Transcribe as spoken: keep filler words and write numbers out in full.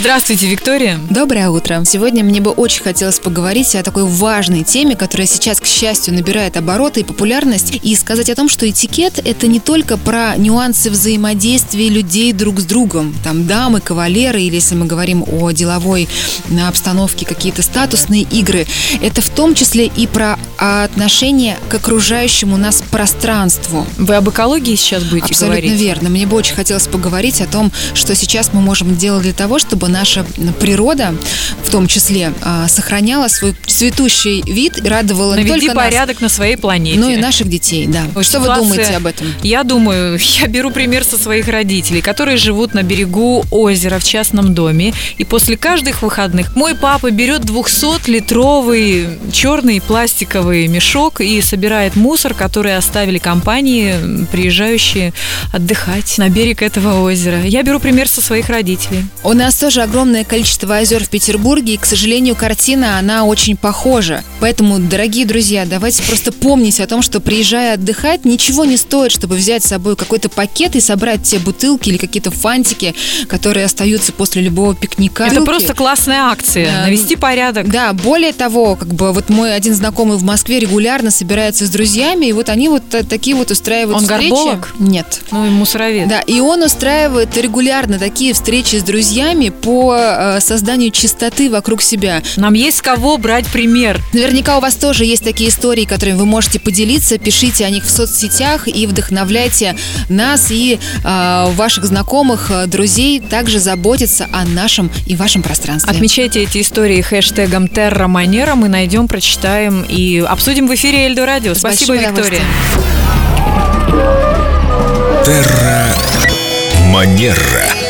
Здравствуйте, Виктория. Доброе утро. Сегодня мне бы очень хотелось поговорить о такой важной теме, которая сейчас, к счастью, набирает обороты и популярность, и сказать о том, что этикет – это не только про нюансы взаимодействия людей друг с другом, там дамы, кавалеры, или если мы говорим о деловой обстановке, какие-то статусные игры. Это в том числе и про отношение к окружающему нас пространству. Вы об экологии сейчас будете Абсолютно говорить? Абсолютно верно. Мне бы очень хотелось поговорить о том, что сейчас мы можем делать для того, чтобы наша природа, в том числе, сохраняла свой цветущий вид и радовала Наведи не только порядок нас, на своей планете. но и наших детей. Да. Вот что ситуация, вы думаете об этом? Я думаю, я беру пример со своих родителей, которые живут на берегу озера в частном доме, и после каждых выходных мой папа берет двухсотлитровый черный пластиковый мешок и собирает мусор, который оставили компании, приезжающие отдыхать на берег этого озера. Я беру пример со своих родителей. У нас тоже огромное количество озер в Петербурге, и, к сожалению, картина, она очень похожа. Поэтому, дорогие друзья, давайте просто помнить о том, что, приезжая отдыхать, ничего не стоит, чтобы взять с собой какой-то пакет и собрать те бутылки или какие-то фантики, которые остаются после любого пикника. Это просто классная акция, а, навести порядок. Да, более того, как бы вот мой один знакомый в Москве регулярно собирается с друзьями, и вот они вот такие вот устраивают Он встречи. горболог? Нет. Ну и мусоровед. Да, и он устраивает регулярно такие встречи с друзьями по э, созданию чистоты вокруг себя. Нам есть с кого брать пример. Наверняка у вас тоже есть такие истории, которыми вы можете поделиться. Пишите о них в соцсетях и вдохновляйте нас и э, ваших знакомых, друзей также заботиться о нашем и вашем пространстве. Отмечайте эти истории хэштегом Терра Манера. Мы найдем, прочитаем и обсудим в эфире Эльдо Радио. Спасибо, Виктория. Терра Манера.